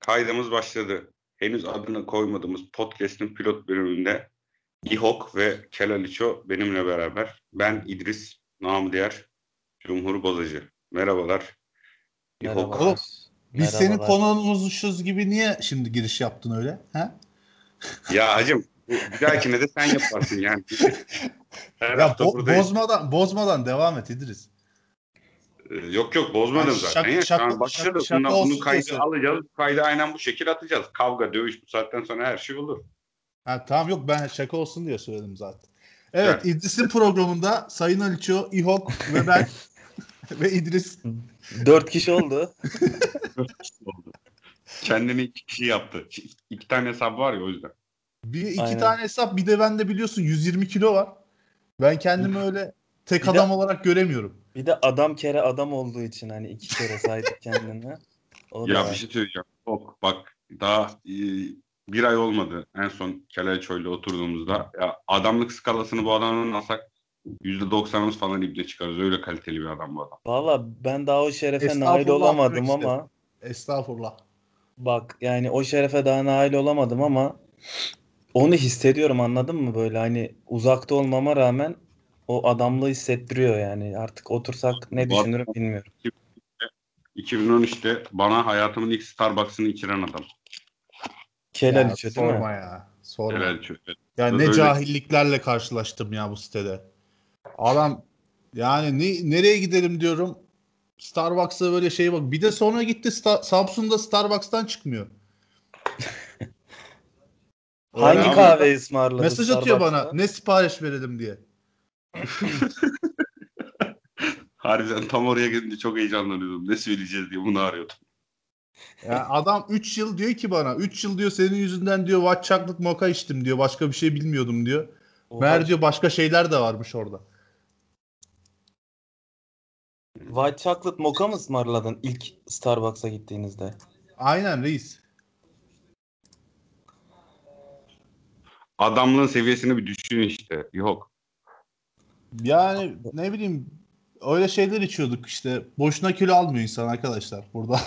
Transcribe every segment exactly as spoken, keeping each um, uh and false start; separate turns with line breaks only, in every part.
Kaydımız başladı. Henüz adını koymadığımız podcast'in pilot bölümünde İHOK ve Kelaliço benimle beraber. Ben İdris, namı diğer Cumhur Bozacı. Merhabalar.
İHOK. Oğlum, biz senin konuğumuzmuşuz gibi niye şimdi giriş yaptın öyle? He?
Ya hacım, bir dahakine de sen yaparsın yani.
Her ya bo- bozmadan bozmadan devam et İdris.
Yok yok bozmadım yani zaten. Şak, şak, şak, başladı. Şak, Bundan, bunun kaydı alacağız. Kaydı aynen bu şekilde atacağız. Kavga, dövüş bu saatten sonra her şey olur.
Ha, tamam yok ben şaka olsun diye söyledim zaten. Evet yani. İdris'in programında Sayın Aliço, İHOK ve ben ve İdris.
Dört kişi oldu.
Dört kişi oldu. Kendini iki kişi yaptı. İki tane hesap var ya o yüzden.
Bir iki Aynen. tane hesap bir de bende biliyorsun yüz yirmi kilo var. Ben kendimi öyle tek bir adam de, olarak göremiyorum.
Bir de adam kere adam olduğu için hani iki kere saydık kendini.
O ya bir şey söyleyeceğim. Çok bak daha e, bir ay olmadı en son Kelaliço'yla oturduğumuzda. Ya adamlık skalasını bu adamdan alsak yüzde doksanımız falan ibne çıkarız. Öyle kaliteli bir adam bu adam.
Valla ben daha o şerefe nail olamadım işte. ama.
Estağfurullah.
Bak yani o şerefe daha nail olamadım ama onu hissediyorum, anladın mı, böyle hani uzakta olmama rağmen o adamlığı hissettiriyor yani. Artık otursak ne düşünürüm bilmiyorum.
iki bin on üçte bana hayatımın ilk Starbucks'ını içiren adam.
Kelaliço değil mi?
Sorma ya. Sorma.
Kelaliço.
Ya ne Öyle... cahilliklerle karşılaştım ya bu sitede. Adam yani ne, nereye gidelim diyorum. Starbucks'a böyle şey bak. Bir de sonra gitti Star- Samsun'da Starbucks'tan çıkmıyor.
Hangi kahve ısmarladı?
Mesaj atıyor bana. Ne sipariş verelim diye.
Harbiden tam oraya gidince çok heyecanlanıyordum. Ne söyleyeceğiz diye bunu arıyordum.
Ya adam üç yıl diyor ki bana. üç yıl diyor senin yüzünden diyor white chocolate mocha içtim diyor. Başka bir şey bilmiyordum diyor. Meğer diyor başka şeyler de varmış orada.
White chocolate mocha mı ısmarladın ilk Starbucks'a gittiğinizde?
Aynen reis.
Adamlığın seviyesini bir düşün işte. Yok.
Yani ne bileyim öyle şeyler içiyorduk işte. Boşuna kilo almıyor insan arkadaşlar burada.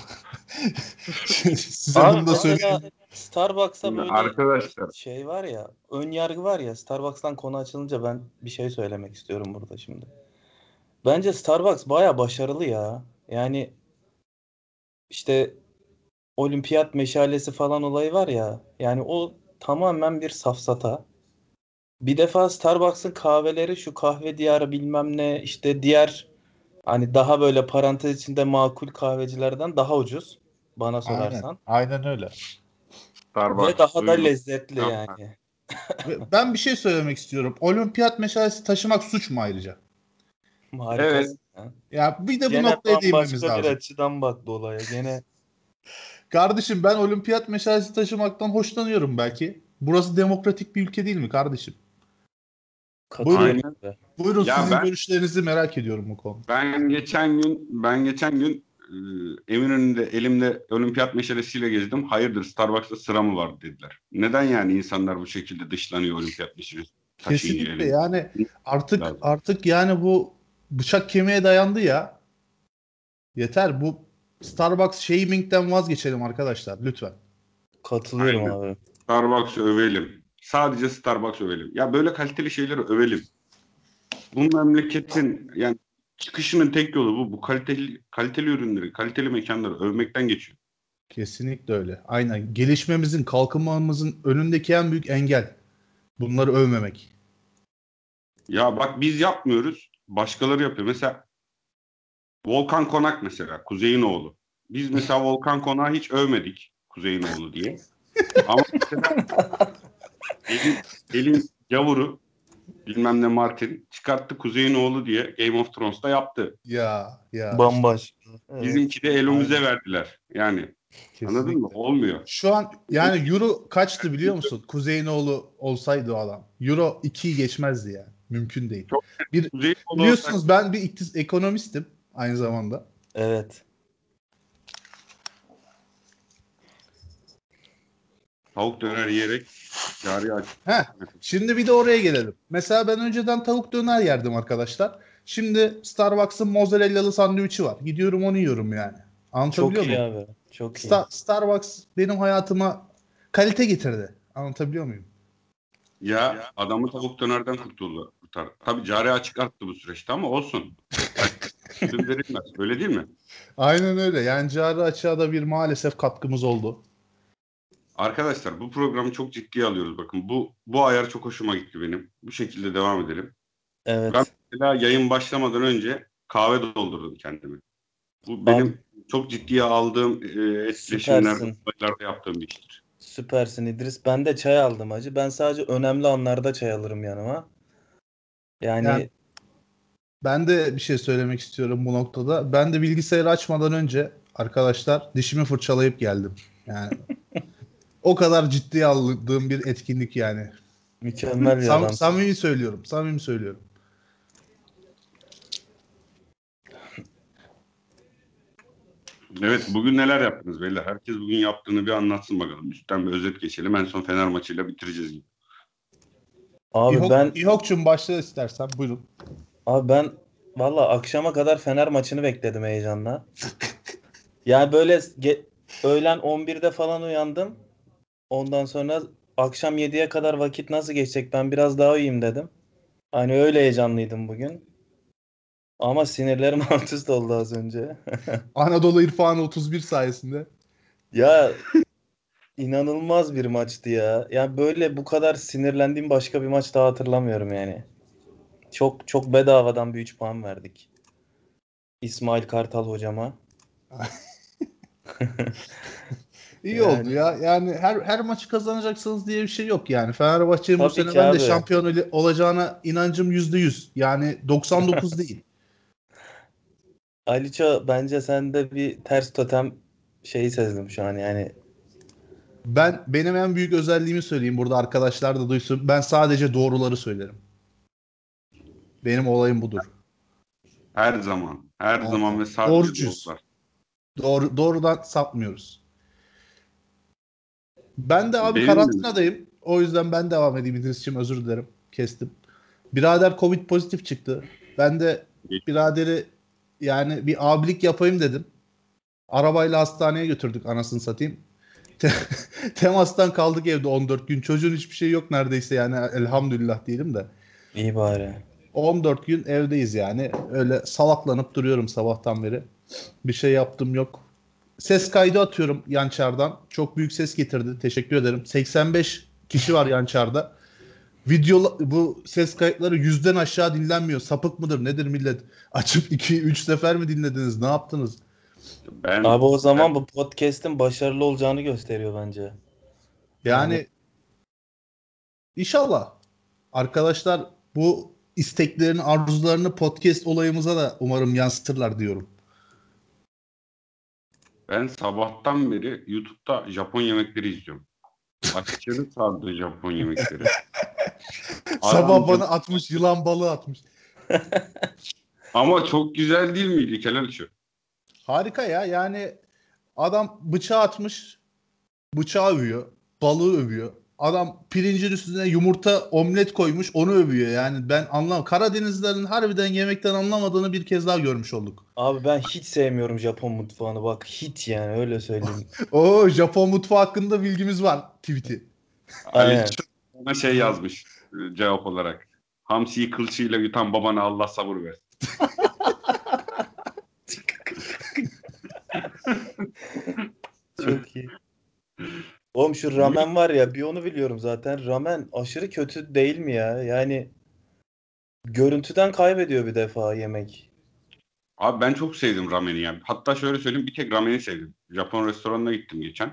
Size
Abi
bunu da söyleyeyim.
Starbucks'a böyle
arkadaşlar
şey var ya, ön yargı var ya, Starbucks'tan konu açılınca ben bir şey söylemek istiyorum burada şimdi. Bence Starbucks baya başarılı ya. Yani işte olimpiyat meşalesi falan olayı var ya. Yani o tamamen bir safsata. Bir defa Starbucks'ın kahveleri şu kahve diyarı bilmem ne işte diğer hani daha böyle parantez içinde makul kahvecilerden daha ucuz bana sorarsan.
Aynen, aynen öyle.
Starbucks,
ve daha da lezzetli yani.
Ben bir şey söylemek istiyorum. Olimpiyat meşalesi taşımak suç mu ayrıca?
Harikasın.
Evet.
Ya. ya bir de bu Gene noktaya değinmemiz lazım.
Başka bir açıdan baktı olaya. Gene
kardeşim ben olimpiyat meşalesi taşımaktan hoşlanıyorum belki. Burası demokratik bir ülke değil mi kardeşim? Buyurun, buyurun ya sizin ben, görüşlerinizi merak ediyorum bu konuda.
Ben geçen gün ben geçen gün e, Eminönü'nde elimde olimpiyat meşalesiyle gezdim. Hayırdır Starbucks'ta sıra mı var dediler. Neden yani insanlar bu şekilde dışlanıyor olimpiyat meşalesi?
Kesinlikle yani artık lazım. artık yani bu bıçak kemiğe dayandı ya. Yeter bu Starbucks shaming'den vazgeçelim arkadaşlar lütfen.
Katılıyorum Aynen. abi.
Starbucks övelim. Sadece Starbucks övelim. Ya böyle kaliteli şeyleri övelim. Bu memleketin yani çıkışının tek yolu bu. Bu kaliteli kaliteli ürünleri, kaliteli mekanları övmekten geçiyor.
Kesinlikle öyle. Aynen. Gelişmemizin, kalkınmamızın önündeki en büyük engel. Bunları övmemek.
Ya bak biz yapmıyoruz. Başkaları yapıyor. Mesela Volkan Konak mesela. Kuzey'in oğlu. Biz mesela Volkan Konak'ı hiç övmedik. Kuzey'in oğlu diye. Ama mesela elin, elin gavuru bilmem ne Martin çıkarttı Kuzey'in oğlu diye Game of Thrones'ta yaptı.
Ya ya.
Bambaşka.
Evet. Bizimki de elimize Aynen. verdiler. Yani Kesinlikle. Anladın mı? Olmuyor.
Şu an yani Euro kaçtı biliyor musun? Kuzey'in oğlu olsaydı o adam. Euro ikiyi geçmezdi yani. Mümkün değil. Çok bir biliyorsunuz olsaydı. Ben bir iktis ekonomistim aynı zamanda.
Evet.
Tavuk döner yiyerek cari aç.
Heh, şimdi bir de oraya gelelim. Mesela ben önceden tavuk döner yerdim arkadaşlar. Şimdi Starbucks'ın mozzarellalı sandviçi var. Gidiyorum onu yiyorum yani. Anlatabiliyor muyum?
Çok iyi abi. Çok iyi.
Star, Starbucks benim hayatıma kalite getirdi. Anlatabiliyor muyum?
Ya adamı tavuk dönerden kurtuldu. Kurtar. Tabii cari açık arttı bu süreçte ama olsun. Ödün verilmez. Öyle değil mi?
Aynen öyle. Yani cari açığa da bir maalesef katkımız oldu.
Arkadaşlar bu programı çok ciddiye alıyoruz. Bakın bu bu ayar çok hoşuma gitti benim. Bu şekilde devam edelim.
Evet.
Ben mesela yayın başlamadan önce kahve doldurdum kendime. Bu benim
Abi,
çok ciddiye aldığım e, etkileşimlerde,
süpersin.
olaylarda yaptığım bir iştir.
Süpersin İdris. Ben de çay aldım hacı. Ben sadece önemli anlarda çay alırım yanıma. Yani,
Yani ben de bir şey söylemek istiyorum bu noktada. Ben de bilgisayarı açmadan önce arkadaşlar dişimi fırçalayıp geldim. Yani o kadar ciddiye aldığım bir etkinlik yani.
mükemmel bir
Sam
adamsın.
samimi söylüyorum. Samimi söylüyorum.
Evet, bugün neler yaptınız beyler? Herkes bugün yaptığını bir anlatsın bakalım. Üstten bir özet geçelim. En son Fener maçıyla bitireceğiz gibi.
Abi
İhok,
ben
İhok'cum başla istersen buyurun.
abi ben valla akşama kadar Fener maçını bekledim heyecanla. Yani böyle ge- öğlen on birde falan uyandım. Ondan sonra akşam yediye kadar vakit nasıl geçecek, ben biraz daha uyuyayım dedim. Hani öyle heyecanlıydım bugün. Ama sinirlerim alt üst oldu az önce.
Anadolu İrfanı otuz bir sayesinde.
Ya inanılmaz bir maçtı ya. Yani böyle bu kadar sinirlendiğim başka bir maç daha hatırlamıyorum yani. Çok çok bedavadan bir üç puan verdik. İsmail Kartal hocama.
İyi oldu
Yani
ya. Yani her her maçı kazanacaksınız diye bir şey yok yani. Fenerbahçe'nin bu
tabii
sene
ki
ben de
abi.
şampiyon oli- olacağına inancım yüzde yüz. Yani doksan dokuz değil.
Aliço, bence sende bir ters totem şeyi sezdim şu an yani.
Ben benim en büyük özelliğimi söyleyeyim burada arkadaşlar da duysun. Ben sadece doğruları söylerim. Benim olayım budur.
Her zaman, her zaman
Aynen.
ve sadece
Doğrucuyuz.
doğrular.
Doğru, doğrudan sapmıyoruz. Ben de abi
Benim de
karantinadayım. O yüzden ben devam edeyim İdris'ciğim, özür dilerim. Kestim. Birader Covid pozitif çıktı. Ben de biraderi yani bir abilik yapayım dedim. Arabayla hastaneye götürdük anasını satayım. Te- Temastan kaldık evde on dört gün. Çocuğun hiçbir şey yok neredeyse yani elhamdülillah diyelim de.
İyi bari.
on dört gün evdeyiz yani. Öyle salaklanıp duruyorum sabahtan beri. Bir şey yaptım yok. Ses kaydı atıyorum Yançar'dan. Çok büyük ses getirdi. Teşekkür ederim. seksen beş kişi var Yançar'da. Video bu ses kayıtları yüzden aşağı dinlenmiyor. Sapık mıdır nedir millet? Açıp iki üç sefer mi dinlediniz? Ne yaptınız?
ben,
Abi o zaman
ben
bu podcast'in başarılı olacağını gösteriyor bence. Yani
Yani inşallah arkadaşlar bu isteklerini, arzularını podcast olayımıza da umarım yansıtırlar diyorum.
ben sabahtan beri YouTube'da Japon yemekleri izliyorum. Aşırı sardı Japon yemekleri.
Sabah
Adam
bana atmış, yılan balığı atmış.
ama çok güzel değil miydi Kelal şu?
Harika ya. Yani adam bıçağı atmış, bıçağı övüyor, balığı övüyor. Adam pirincin üstüne yumurta omlet koymuş, onu övüyor. Yani ben anlam Karadenizlerin harbiden yemekten anlamadığını bir kez daha görmüş olduk.
abi ben hiç sevmiyorum Japon mutfağını, bak hiç, yani öyle söyleyeyim.
Oo, Japon mutfağı hakkında bilgimiz var tweet'i.
Ali
Aynen.
ona şey yazmış e, cevap olarak. Hamsiyi kılçığıyla yutan babana Allah sabır versin.
Çok iyi. Oğlum şu ramen var ya, bir onu biliyorum zaten. Ramen aşırı kötü değil mi ya? Yani görüntüden kaybediyor bir defa yemek.
Abi ben çok sevdim rameni ya. Hatta şöyle söyleyeyim, bir tek rameni sevdim. Japon restoranına gittim geçen.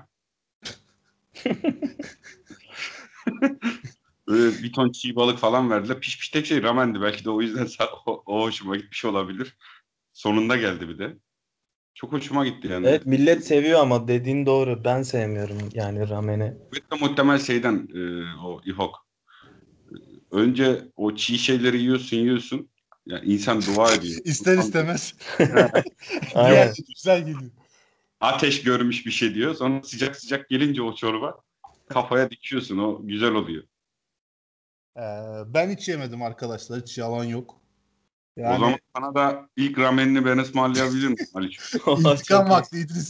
Böyle bir ton çiğ balık falan verdiler. Piş piş tek şey ramendi. Belki de o yüzden sa- o, o hoşuma gitmiş olabilir. Sonunda geldi bir de. Çok hoşuma gitti yani.
Evet, millet seviyor ama dediğin doğru. Ben sevmiyorum yani rameni.
Ve de muhtemel şeyden e, o İhok. Önce o çiğ şeyleri yiyorsun yiyorsun. Yani insan dua ediyor.
İster istemez.
Aynen.
Güzel geliyor.
Ateş görmüş bir şey diyor. Sonra sıcak sıcak gelince o çorba kafaya dikiyorsun. O güzel oluyor.
Ee, ben hiç yemedim arkadaşlar. Hiç yalan yok.
O zaman
Yani
sana da ilk ramenini ben ısmarlayabilirim Aliç.
intikam
Çok iyi.
vakti İdris.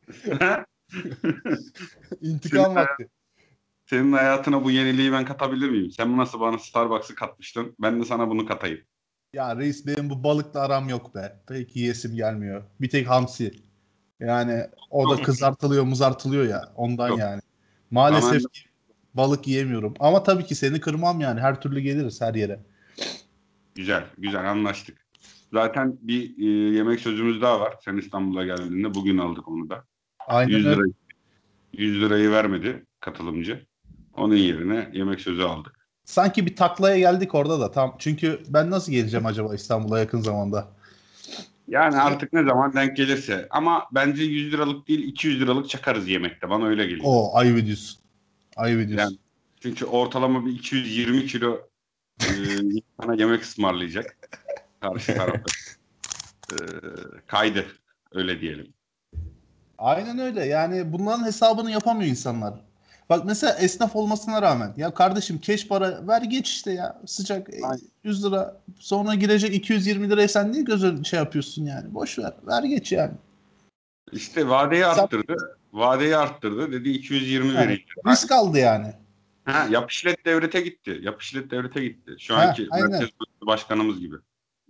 İntikam
Senin,
vakti.
senin hayatına bu yeniliği ben katabilir miyim? Sen nasıl bana Starbucks'ı katmıştın? Ben de sana bunu katayım.
Ya reis benim bu balıkla aram yok be. Pek yiyesim gelmiyor. Bir tek hamsi. Yani o da kızartılıyor muzartılıyor ya. Ondan
Yok.
yani.
Sana
Maalesef ki balık yiyemiyorum. Ama tabii ki seni kırmam yani. Her türlü geliriz her yere.
güzel, güzel anlaştık. Zaten bir e, yemek sözümüz daha var. Sen İstanbul'a geldiğinde bugün aldık onu da.
Aynen
yüz
öyle.
lira yüz lirayı vermedi katılımcı. Onun yerine yemek sözü aldık.
Sanki bir taklaya geldik orada da tam. Çünkü ben nasıl geleceğim acaba İstanbul'a yakın zamanda?
Yani artık ne zaman denk gelirse. Ama bence yüz liralık değil iki yüz liralık çakarız yemekte. Bana öyle geliyor.
O ayıp ediyorsun. Ayıp
Yani
ediyorsun.
çünkü ortalama bir iki yüz yirmi kilo e, insana yemek ısmarlayacak karşı tarafta. E, kaydı öyle diyelim.
Aynen öyle. Yani bunların hesabını yapamıyor insanlar. Bak mesela esnaf olmasına rağmen ya kardeşim keş para ver geç işte ya sıcak e,
Aynen.
yüz lira sonra girecek iki yüz yirmi liraya sen niye gözün şey yapıyorsun yani boş ver ver geç yani.
İşte vadeyi
Sen,
arttırdı. Vadeyi arttırdı. Dedi iki yüz yirmi
yani,
vereyim.
risk aldı yani.
Ha, yap işlet devlete gitti. Yap işlet devlete gitti. Şu
Ha,
anki
aynen.
merkez başkanımız gibi.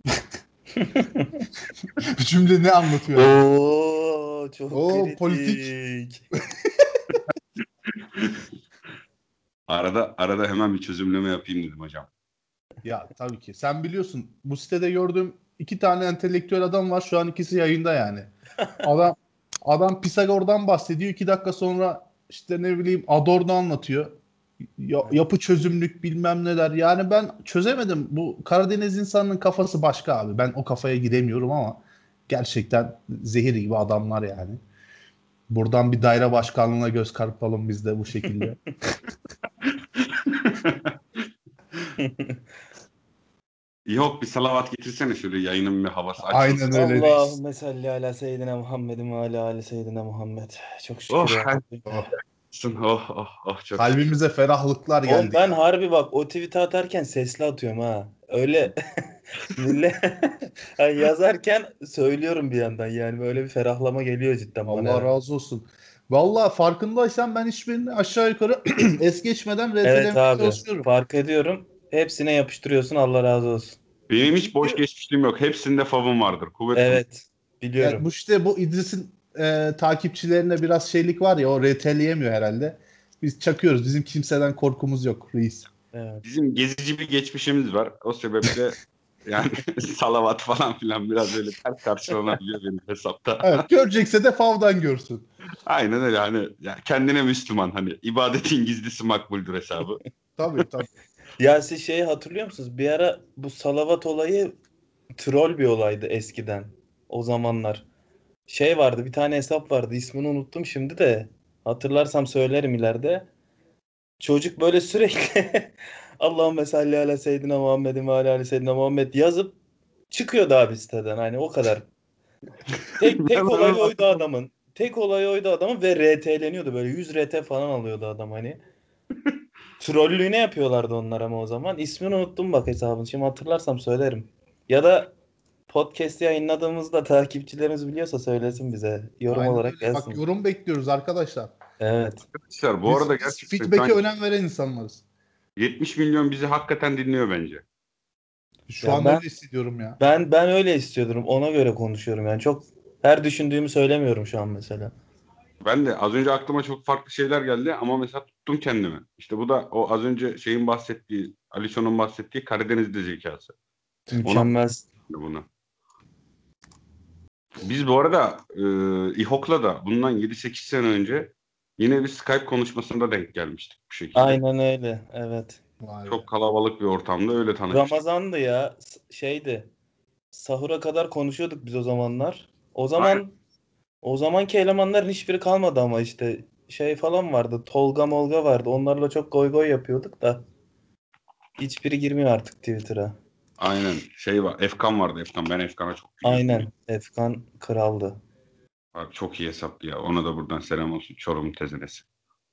Cümle ne anlatıyor?
Oo, çok
Oo,
kritik.
politik.
Arada arada hemen bir çözümleme yapayım dedim hocam.
Ya tabii ki. Sen biliyorsun bu sitede gördüğüm iki tane entelektüel adam var. Şu an ikisi yayında yani. Adam adam Pisagor'dan bahsediyor. iki dakika sonra işte ne bileyim Adorno anlatıyor. Ya- yapı çözümlük bilmem neler. Yani ben çözemedim. Bu Karadeniz insanının kafası başka abi. Ben o kafaya giremiyorum ama gerçekten zehir gibi adamlar yani. Buradan bir daire başkanlığına göz kırpalım biz de bu şekilde.
Yok bir salavat getirsene şöyle yayının bir havası
Aynen
açılsın.
öyle reis.
Allahümme salli ala seyyidina Muhammedin ve ala ali seyyidina Muhammed. Çok şükür
Oh,
ya.
Oh,
oh, oh, oh, çok şükür.
kalbimize ferahlıklar
Oğlum
geldi
ben
ya.
harbi bak o tweet'i atarken sesli atıyorum ha. Öyle millet yani yazarken söylüyorum bir yandan yani böyle bir ferahlama geliyor cidden bana.
Allah
ya.
razı olsun. Vallahi farkındaysan ben hiçbirini aşağı yukarı es geçmeden
Evet
RT'lemeye
abi
çalışıyorum.
fark ediyorum. Hepsine yapıştırıyorsun Allah razı olsun.
Benim hiç boş
Çünkü
geçmişliğim yok. Hepsinde favım vardır. Kuvvet kuvvet.
Evet
ya
biliyorum.
bu işte bu İdris'in e, takipçilerine biraz şeylik var ya o RT'leyemiyor herhalde. Biz çakıyoruz. Bizim kimseden korkumuz yok reis.
Evet.
Bizim gezici bir geçmişimiz var. O sebeple yani salavat falan filan biraz öyle ters karşılanabiliyor benim hesapta.
Evet, görecekse de favdan görsün.
Aynen öyle hani ya kendine Müslüman hani ibadetin gizlisi makbuldür hesabı.
Tabii tabii.
Ya siz şeyi hatırlıyor musunuz? Bir ara bu salavat olayı troll bir olaydı eskiden. O zamanlar. Şey vardı bir tane hesap vardı ismini unuttum şimdi de hatırlarsam söylerim ileride. Çocuk böyle sürekli Allahümme salli ala seyyidina Muhammedin ve ala ali seyyidina Muhammed yazıp çıkıyordu abi siteden hani o kadar. Tek tek olayı oydu adamın. Tek olayı oydu adamın ve R T'leniyordu böyle yüz R T falan alıyordu adam hani. Trollüğüne yapıyorlardı onlar ama o zaman. İsmini unuttum bak hesabın. Şimdi hatırlarsam söylerim. Ya da podcast yayınladığımızda takipçilerimiz biliyorsa söylesin bize. Yorum
Aynen
olarak
öyle. Bak
gelsin.
yorum bekliyoruz arkadaşlar.
Evet.
Arkadaşlar bu
Biz,
arada
biz
gerçekten şu
feedback'e
an
önem veren insanlarız.
yetmiş milyon bizi hakikaten dinliyor bence.
Şu
Ya
an
ben
öyle hissediyorum ya.
ben ben öyle istiyordum. Ona göre konuşuyorum yani. Çok her düşündüğümü söylemiyorum şu an mesela.
Ben de az önce aklıma çok farklı şeyler geldi ama mesela tuttum kendimi. İşte bu da o az önce şeyin bahsettiği, Alişon'un bahsettiği Karadeniz'de zekası. Ona
Mükemmel.
bunu. Biz bu arada e, İHOK'la da bundan yedi sekiz sene önce yine bir Skype konuşmasında denk gelmiştik bu şekilde.
Aynen öyle. Evet.
Vay be.
Çok kalabalık bir ortamda öyle tanışmıştık.
Ramazan'dı ya. S- Şeydi. Sahura kadar konuşuyorduk biz o zamanlar. O
Aynen.
zaman o zamanki elemanların hiçbiri kalmadı ama işte şey falan vardı. Tolga Molga vardı. Onlarla çok goy goy yapıyorduk da. Hiçbiri girmiyor artık Twitter'a.
Aynen. Şey var. Efkan vardı. Efkan. Ben Efkan'a çok gülüyordum.
Aynen. Efkan kraldı.
Abi çok iyi hesaplı ya. Ona da buradan selam olsun. Çorum tezenesi.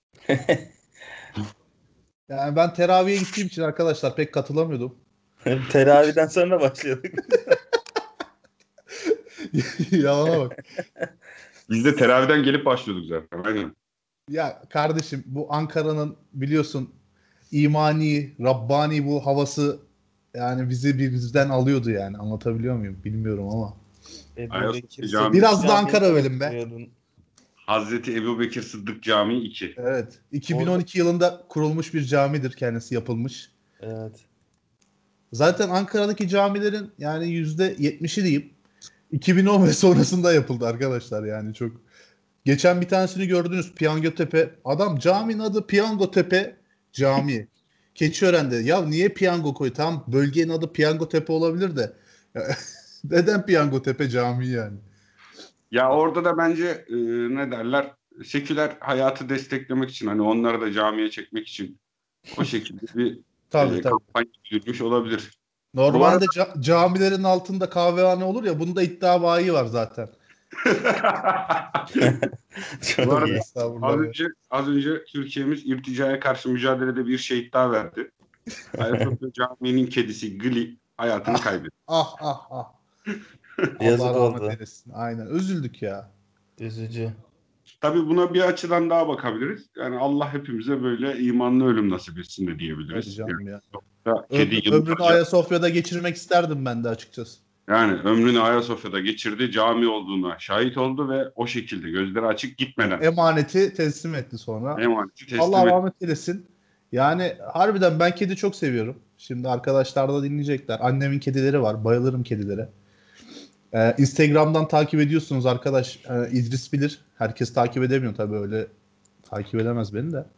Yani ben teraviye gittiğim için arkadaşlar pek katılamıyordum.
Teraviden sonra başlıyorduk.
Yalana bak.
Biz de teraviden gelip başlıyorduk zaten. Aynen.
Ya kardeşim bu Ankara'nın biliyorsun imani, Rabbani bu havası yani bizi bizden alıyordu yani. Anlatabiliyor muyum? Bilmiyorum ama.
Ebu
Ayasofya
Bekir
Camii.
Biraz da
Camii'ni
Ankara
de
övelim be.
unutmayalım.
Hazreti Ebubekir Sıddık Camii iki.
Evet. iki bin on iki yılında kurulmuş bir camidir kendisi yapılmış.
Evet.
Zaten Ankara'daki camilerin yani yüzde yetmişi diyeyim iki bin on ve sonrasında yapıldı arkadaşlar yani çok. Geçen bir tanesini gördünüz Piyangotepe. Adam caminin adı Piyangotepe Camii. Keçiören'de. Ya niye Piyango koy? Tam bölgenin adı Piyangotepe olabilir de. Neden Piyangotepe Camii yani?
Ya orada da bence e, ne derler? Seküler hayatı desteklemek için hani onları da camiye çekmek için o şekilde bir
Tabii
e,
tabii.
kampanya yürütmüş olabilir. Bu
Normalde
arada
ca- camilerin altında kahvehane olur ya bunda iddia bayi var zaten.
Bu
Çok
arada
iyi.
az
Estağfurullah.
önce az önce Türkiye'miz irticaya karşı mücadelede bir şehit daha verdi. Ayasofya Camii'nin kedisi Gli hayatını kaybetti.
Ah ah ah. Allah
Yazık
rahmet
oldu.
eylesin. Aynen. Üzüldük ya.
Üzücü.
Tabii buna bir açıdan daha bakabiliriz. Yani Allah hepimize böyle imanlı ölüm nasip etsin de
Tabii
diyebiliriz.
canım ya.
Yani, kedi
Ömrü, ömrünü
yıllarca
Ayasofya'da geçirmek isterdim ben de açıkçası.
yani ömrünü Ayasofya'da geçirdi, cami olduğuna şahit oldu ve o şekilde gözleri açık gitmeden
Emaneti teslim etti sonra.
emaneti teslim
Allah
etti.
rahmet eylesin. Yani harbiden ben kedi çok seviyorum. Şimdi arkadaşlar da dinleyecekler. Annemin kedileri var. Bayılırım kedilere. Ee, Instagram'dan takip ediyorsunuz arkadaş. Ee, İdris bilir. Herkes takip edemiyor tabii öyle. Takip edemez beni de.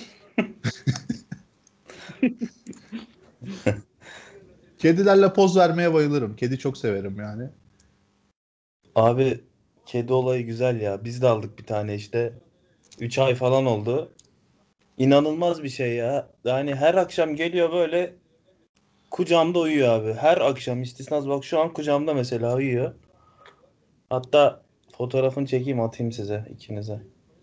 Kedilerle poz vermeye bayılırım. Kedi çok severim yani.
Abi kedi olayı güzel ya. Biz de aldık bir tane işte. üç ay falan oldu. İnanılmaz bir şey ya. Yani her akşam geliyor böyle kucağımda uyuyor abi. Her akşam istisnasız bak şu an kucağımda mesela uyuyor. Hatta fotoğrafını çekeyim atayım size ikinize.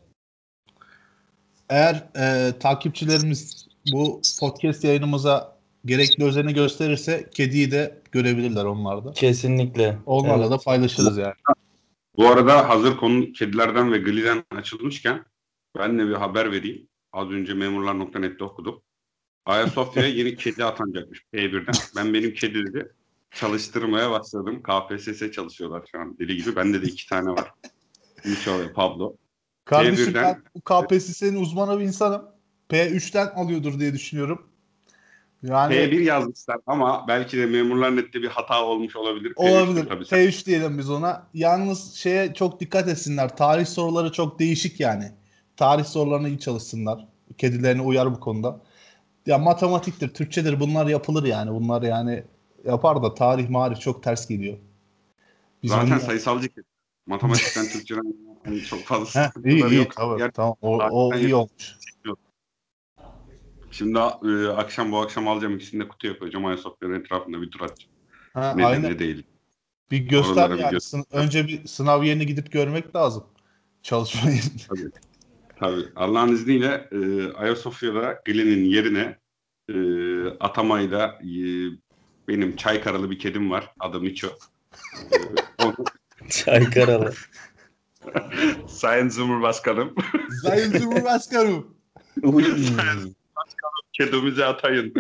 Eğer e, takipçilerimiz bu podcast yayınımıza gerekli özeni gösterirse kediyi de görebilirler onlar da.
Kesinlikle.
Onlarla
Evet.
da paylaşırız yani.
Bu arada hazır konu kedilerden ve Gli'den açılmışken ben de bir haber vereyim. Az önce memurlar nokta net'te okudum. Ayasofya'ya yeni kedi atanacakmış P birden. Ben benim kedileri çalıştırmaya başladım. K P S S çalışıyorlar şu an deli gibi. Bende de iki tane var. Micho ve Pablo.
Kardeşim
P birden
ben bu K P S S'nin uzmanı bir insanım. P üçten alıyordur diye düşünüyorum. Yani
P bir yazmışlar ama belki de memurlar nette bir hata olmuş olabilir. P üçtür
olabilir.
tabii.
P üç diyelim biz ona. Yalnız şeye çok dikkat etsinler. Tarih soruları çok değişik yani. Tarih sorularına iyi çalışsınlar. Kedilerine uyar bu konuda. Ya matematiktir, Türkçedir bunlar yapılır yani. Bunlar yani yapar da tarih marif çok ters geliyor. Biz
Zaten
bunlar...
sayısalcı kedi. Matematikten Türkçeden yani çok fazla
Heh, iyi
sıkıntıları
iyi
yok.
tamam
Gerçekten
tamam o, o
tarihten
iyi olmuş.
yapıyor. Şimdi e, akşam bu akşam alacağım ikisini de kutuya koyacağım. Ayasofya'nın etrafında bir tur atacağım.
Ha,
Nedir
aynen.
ne değil.
Bir göster
Oralara bir
yani.
göster.
Sın- önce bir sınav yerini gidip görmek lazım. Çalışma yerini.
Tabii. Tabii. Allah'ın izniyle e, Ayasofya'da Gli'nin yerine e, Atamay'da e, benim Çaykaralı bir kedim var. Adı Miço. E, onu
Çaykaralı.
Sayın Cumhurbaşkanım
Sayın Cumhurbaşkanım.
Uy.
kedimize atayın.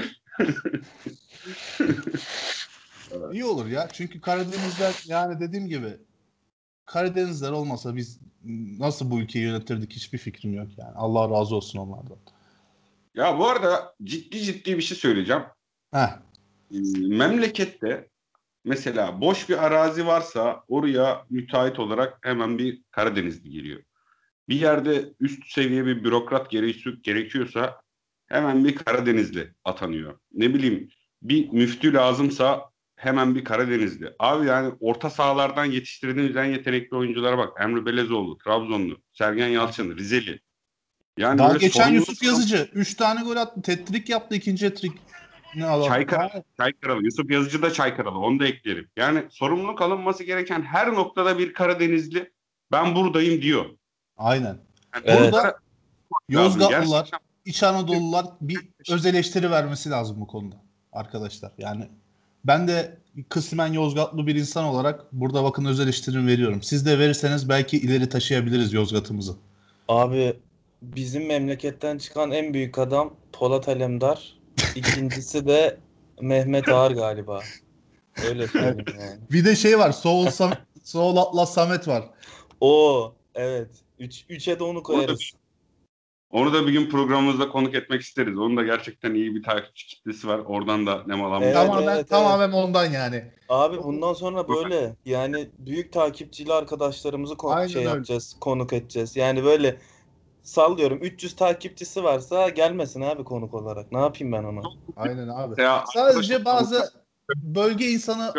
İyi olur ya. Çünkü Karadenizler yani dediğim gibi Karadenizler olmasa biz nasıl bu ülkeyi yönetirdik hiçbir fikrim yok yani. Allah razı olsun onlardan.
Ya bu arada ciddi ciddi bir şey söyleyeceğim.
Heh.
E, memlekette mesela boş bir arazi varsa oraya müteahhit olarak hemen bir Karadenizli geliyor. Bir yerde üst seviye bir bürokrat gerekiyorsa hemen bir Karadenizli atanıyor. Ne bileyim bir müftü lazımsa hemen bir Karadenizli. Abi yani orta sahalardan yetiştirdiğimiz en yetenekli oyunculara bak. Emre Belezoğlu, Trabzonlu, Sergen Yalçın, Rizeli. Yani
Daha
böyle
geçen
sorumluluk
Yusuf Yazıcı üç tane gol attı. Tetrik yaptı ikinci hat-trick. Ne adam?
Çaykaralı, Çaykaralı, Yusuf Yazıcı da Çaykaralı. Onu da eklerim. Yani sorumluluk alınması gereken her noktada bir Karadenizli ben buradayım diyor.
Aynen.
Yani
Evet.
Burada
lazım.
Yozgatlılar,
Gerçekten
İç Anadolular bir öz eleştiri vermesi lazım bu konuda arkadaşlar. Yani Ben de kısmen Yozgatlı bir insan olarak burada bakın özel eleştirimi veriyorum. Siz de verirseniz belki ileri taşıyabiliriz Yozgat'ımızı.
Abi bizim memleketten çıkan en büyük adam Polat Alemdar. İkincisi de Mehmet Ağar galiba. Öyle söyleyeyim yani.
Bir de şey var. Soğul, Sam Soğul Atlas Samet var.
O evet. Üç, üçe de onu
Onu da,
koyarız.
onu da bir gün programımızda konuk etmek isteriz. Onun da gerçekten iyi bir takipçi kitlesi var. Oradan da nemalanmış.
Evet,
tamamen
evet,
tamamen ondan yani.
Abi bundan sonra böyle yani büyük takipçili arkadaşlarımızı ko-
Aynen
şey
öyle.
yapacağız, konuk edeceğiz. Yani böyle sallıyorum üç yüz takipçisi varsa gelmesin abi konuk olarak. Ne yapayım ben ona?
Aynen abi.
Mesela
Sadece
arkadaşım-
bazı bölge insanı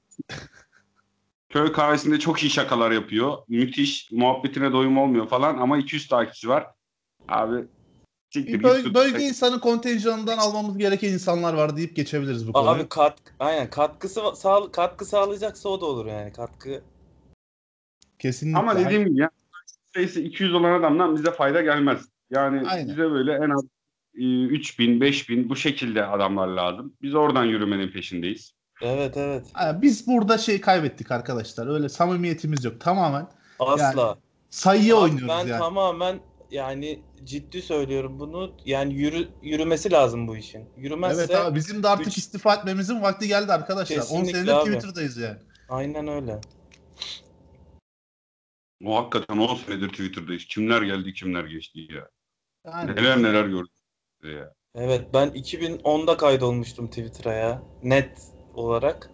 köy kahvesinde çok iyi şakalar yapıyor. Müthiş. Muhabbetine doyum olmuyor falan ama iki yüz takipçisi var. Abi siktir
bir
git
böl-
tut.
bölge insanı kontenjanından almamız gereken insanlar var deyip geçebiliriz bu konuyu.
Abi kat aynen katkısı sağ katkı sağlayacaksa o da olur yani katkı.
Kesinlikle.
Ama dediğim gibi ya sayısı iki yüz olan adamdan bize fayda gelmez. Yani
Aynen.
bize böyle en az e, üç bin, beş bin bu şekilde adamlar lazım. Biz oradan yürümenin peşindeyiz.
Evet evet.
Ha, biz burada şey kaybettik arkadaşlar. Öyle samimiyetimiz yok. Tamamen
Asla.
yani sayıya
Abi
oynuyoruz
ben
yani.
tamamen yani ciddi söylüyorum bunu. Yani yürü, yürümesi lazım bu işin. Yürümezse
Evet abi bizim de artık
üç-
istifa etmemizin vakti geldi arkadaşlar. on
Kesinlikle
senedir
abi.
Twitter'dayız yani.
aynen öyle.
O hakikaten on senedir Twitter'dayız. Kimler geldi kimler geçti ya.
Yani
Neler neler gördük ya.
Evet ben iki bin onda kaydolmuştum Twitter'a ya. Net olarak.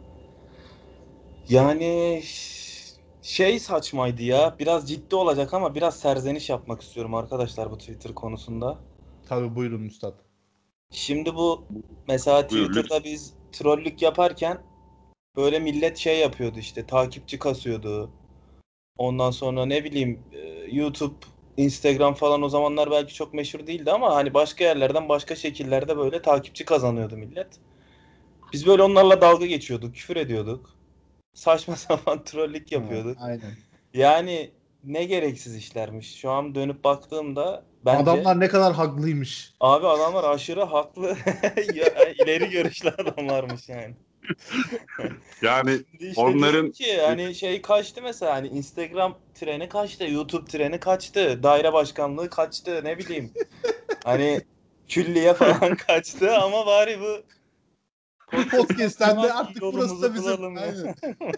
Yani şey saçmaydı ya. Biraz ciddi olacak ama biraz serzeniş yapmak istiyorum arkadaşlar bu Twitter konusunda.
tabii buyurun üstad.
Şimdi bu mesela
Buyur,
Twitter'da biz trollük yaparken böyle millet şey yapıyordu işte takipçi kasıyordu. Ondan sonra ne bileyim e, YouTube, Instagram falan o zamanlar belki çok meşhur değildi ama hani başka yerlerden başka şekillerde böyle takipçi kazanıyordu millet. Biz böyle onlarla dalga geçiyorduk, küfür ediyorduk. Saçma sapan trollük yapıyorduk.
Aynen.
Yani ne gereksiz işlermiş. Şu an dönüp baktığımda bence
Adamlar ne kadar haklıymış.
abi adamlar aşırı haklı ya, ileri görüşlü adamlarmış yani.
Yani
Şimdi işte
onların
diyorum ki hani şey kaçtı mesela hani Instagram treni kaçtı, YouTube treni kaçtı, daire başkanlığı kaçtı ne bileyim. Hani külliye falan kaçtı ama bari bu
Podcast'ten de
falan
artık burası
yolumuzu
da bizim.
bulalım ya.
Aynen.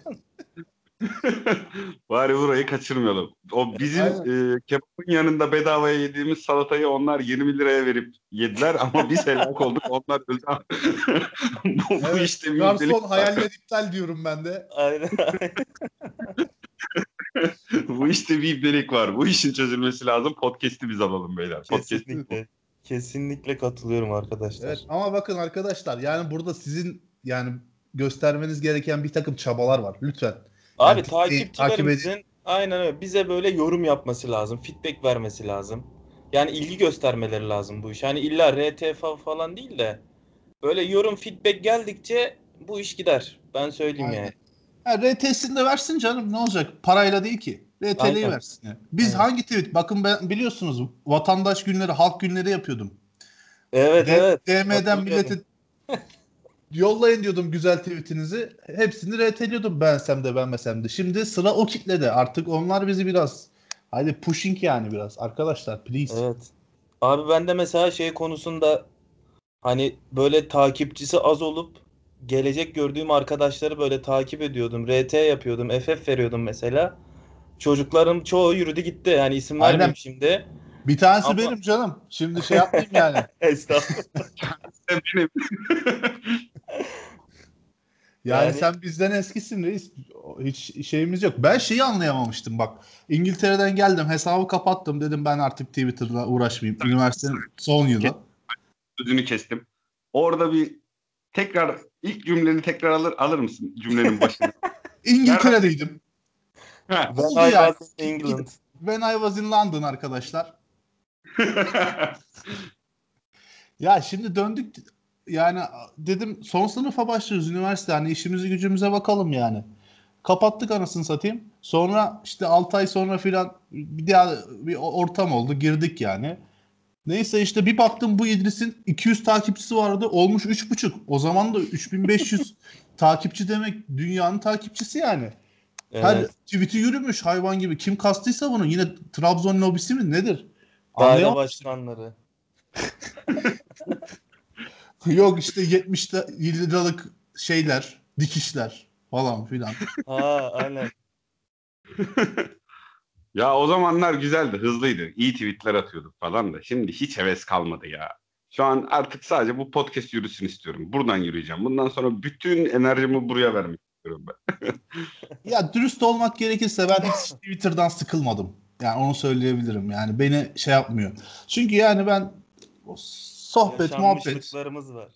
bari burayı kaçırmayalım. O bizim
Aynen.
e, kebabın yanında bedavaya yediğimiz salatayı onlar yirmi liraya verip yediler ama biz helak olduk. Onlar öldü. bu, bu
Evet.
işte bir
Garson
ibnelik var.
hayaller iptal diyorum ben de.
Aynen.
bu işte bir ibnelik var. Bu işin çözülmesi lazım. Podcast'i biz alalım beyler. Podcast.
Kesinlikle. Kesinlikle katılıyorum arkadaşlar.
Evet ama bakın arkadaşlar yani burada sizin yani göstermeniz gereken bir takım çabalar var. Lütfen.
Abi
Yani takip edin.
takipçilerimizin aynen öyle bize böyle yorum yapması lazım, feedback vermesi lazım. Yani ilgi göstermeleri lazım bu iş. Hani illa R T F falan değil de böyle yorum feedback geldikçe bu iş gider. Ben söyleyeyim yani.
Ha, R T'sini de versin canım ne olacak? Parayla değil ki. R T'liyi
Aynen.
versin. Yani. Biz
Aynen.
hangi tweet? Bakın ben biliyorsunuz vatandaş günleri, halk günleri yapıyordum.
Evet
D-
evet.
D M'den
Hatırlıyorum.
millete yollayın diyordum güzel tweetinizi. Hepsini R T'liyordum beğensem de beğenmesem de. Şimdi sıra o kitlede. Artık onlar bizi biraz hadi pushing yani biraz. Arkadaşlar please.
Evet. Abi ben de mesela şey konusunda hani böyle takipçisi az olup gelecek gördüğüm arkadaşları böyle takip ediyordum. R T yapıyordum. F F veriyordum mesela. Çocukların çoğu yürüdü gitti. Yani isim
Aynen.
vermeyeyim şimdi.
Bir tanesi
Ama
benim canım. Şimdi şey yapmayayım yani.
estağfurullah.
Benim.
Yani,
Yani
sen bizden eskisin reis. Hiç şeyimiz yok. Ben şeyi anlayamamıştım bak. İngiltere'den geldim. Hesabı kapattım. Dedim ben artık Twitter'la uğraşmayayım. Üniversitenin son yılı.
Sözünü kestim. Orada bir tekrar ilk cümleni tekrar alır alır mısın cümlenin başını?
İngiltere'deydim.
Ha.
when
Oldu
I
yani.
was in England.
When I was in London arkadaşlar. Ya şimdi döndük yani dedim son sınıfa başlıyoruz üniversite. Hani işimizi gücümüze bakalım yani. Kapattık anasını satayım. Sonra işte altı ay sonra filan bir daha bir ortam oldu. Girdik yani. Neyse işte bir baktım bu İdris'in iki yüz takipçisi vardı. Olmuş üç buçuk. O zaman da üç bin beş yüz takipçi demek dünyanın takipçisi yani. Her
Evet.
tweet'i yürümüş hayvan gibi. Kim kastıysa bunu yine Trabzon lobisi mi nedir?
Daire
Anlayamadım.
başkanları.
Yok işte yetmiş liralık şeyler, dikişler falan filan.
Ha aynen.
Ya o zamanlar güzeldi, hızlıydı. İyi tweetler atıyorduk falan da. Şimdi hiç heves kalmadı ya. Şu an artık sadece bu podcast yürüsün istiyorum. Buradan yürüyeceğim. Bundan sonra bütün enerjimi buraya vermek istiyorum ben.
Ya dürüst olmak gerekirse ben hiç Twitter'dan sıkılmadım. Yani onu söyleyebilirim. Yani beni şey yapmıyor. Çünkü yani ben sohbet, muhabbet
Yaşanmışlıklarımız var.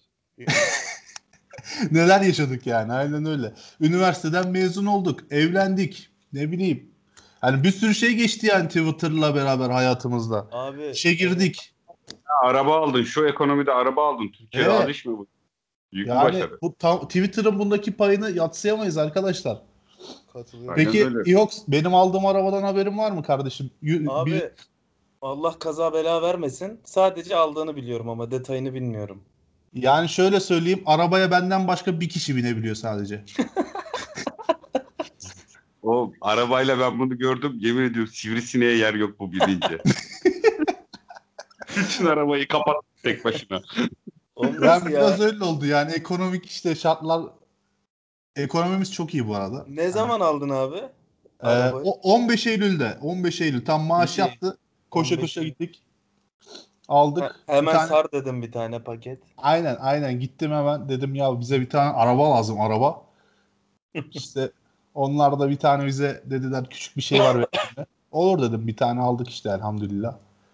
neler yaşadık yani. Aynen öyle. Üniversiteden mezun olduk. Evlendik. Ne bileyim. Hani bir sürü şey geçti yani Twitter'la beraber hayatımızda.
Abi
İşe
evet.
girdik.
Ya, araba aldın. Şu ekonomide araba aldın. Türkiye'de az
Evet.
iş mi bu? Büyük bir
Yani
başarı.
bu tam, Twitter'ın bundaki payını yadsıyamayız arkadaşlar.
Katılıyorum.
Aynen
Peki
öyle.
yok benim aldığım arabadan haberin var mı kardeşim? Y- Bir,
Abi Allah kaza bela vermesin. Sadece aldığını biliyorum ama detayını bilmiyorum.
yani şöyle söyleyeyim arabaya benden başka bir kişi binebiliyor sadece.
O arabayla ben bunu gördüm. Yemin ediyorum sivrisineğe yer yok bu bilince. Bütün arabayı kapat tek başına.
Oğlum nasıl
Yani
ya?
biraz öyle oldu yani ekonomik işte şartlar ekonomimiz çok iyi bu arada.
Ne
Hani,
zaman aldın abi
e,
arabayı?
o on beş Eylül'de on beş Eylül tam maaş
İyi.
yattı. Koşa
on beş
koşa
iyi.
gittik.
Ha,
Aldık. Bir
hemen
tane
sar dedim bir tane paket.
aynen aynen gittim hemen dedim ya bize bir tane araba lazım araba. İşte onlar da bir tane bize dediler küçük bir şey var benim. Olur dedim bir tane aldık işte elhamdülillah.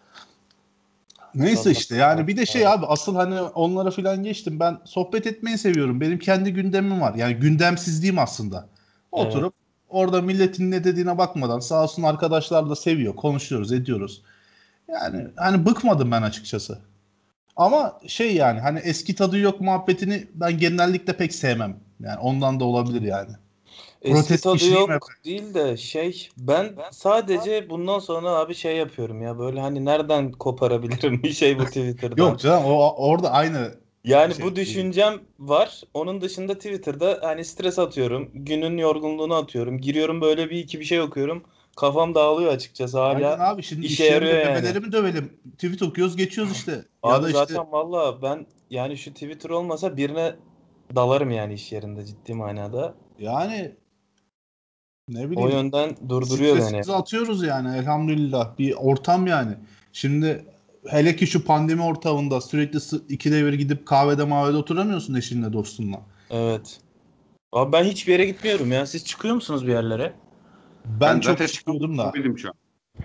Neyse
Allah
işte yani bir de şey
Allah.
abi asıl hani onlara falan geçtim. Ben sohbet etmeyi seviyorum. Benim kendi gündemim var. Yani gündemsizliğim aslında.
Evet.
Oturup orada milletin ne dediğine bakmadan sağ olsun arkadaşlar da seviyor. Konuşuyoruz, ediyoruz. Yani hani bıkmadım ben açıkçası. Ama şey yani hani eski tadı yok muhabbetini ben genellikle pek sevmem. Yani ondan da olabilir yani.
Eski
Protest
tadı
kişiliğim hep.
yok değil de şey ben sadece bundan sonra abi şey yapıyorum ya böyle hani nereden koparabilirim bir şey bu
Yok
Twitter'dan.
canım o orada aynı
Yani
şey
bu
değil.
düşüncem var. Onun dışında Twitter'da hani stres atıyorum. Günün yorgunluğunu atıyorum. Giriyorum böyle bir iki bir şey okuyorum. Kafam dağılıyor açıkçası
Aynen
hala.
abi şimdi
İşe
iş
yarıyor
yerinde
yani.
bebeleri mi dövelim? Tweet okuyoruz geçiyoruz işte. Ya
Abi
da işte
zaten valla ben yani şu Twitter olmasa birine dalarım yani iş yerinde ciddi manada.
yani ne
O
bileyim
yönden durduruyor beni.
stresimizi atıyoruz yani elhamdülillah. Bir ortam yani. Şimdi hele ki şu pandemi ortamında sürekli sı- ikide bir gidip kahvede mahvede oturamıyorsun eşinle dostunla.
Evet. Abi ben hiçbir yere gitmiyorum ya. Siz çıkıyor musunuz bir yerlere?
Ben
Ben
çok
zaten çıkamam.
çıkıyordum da.
Covid'im şu an.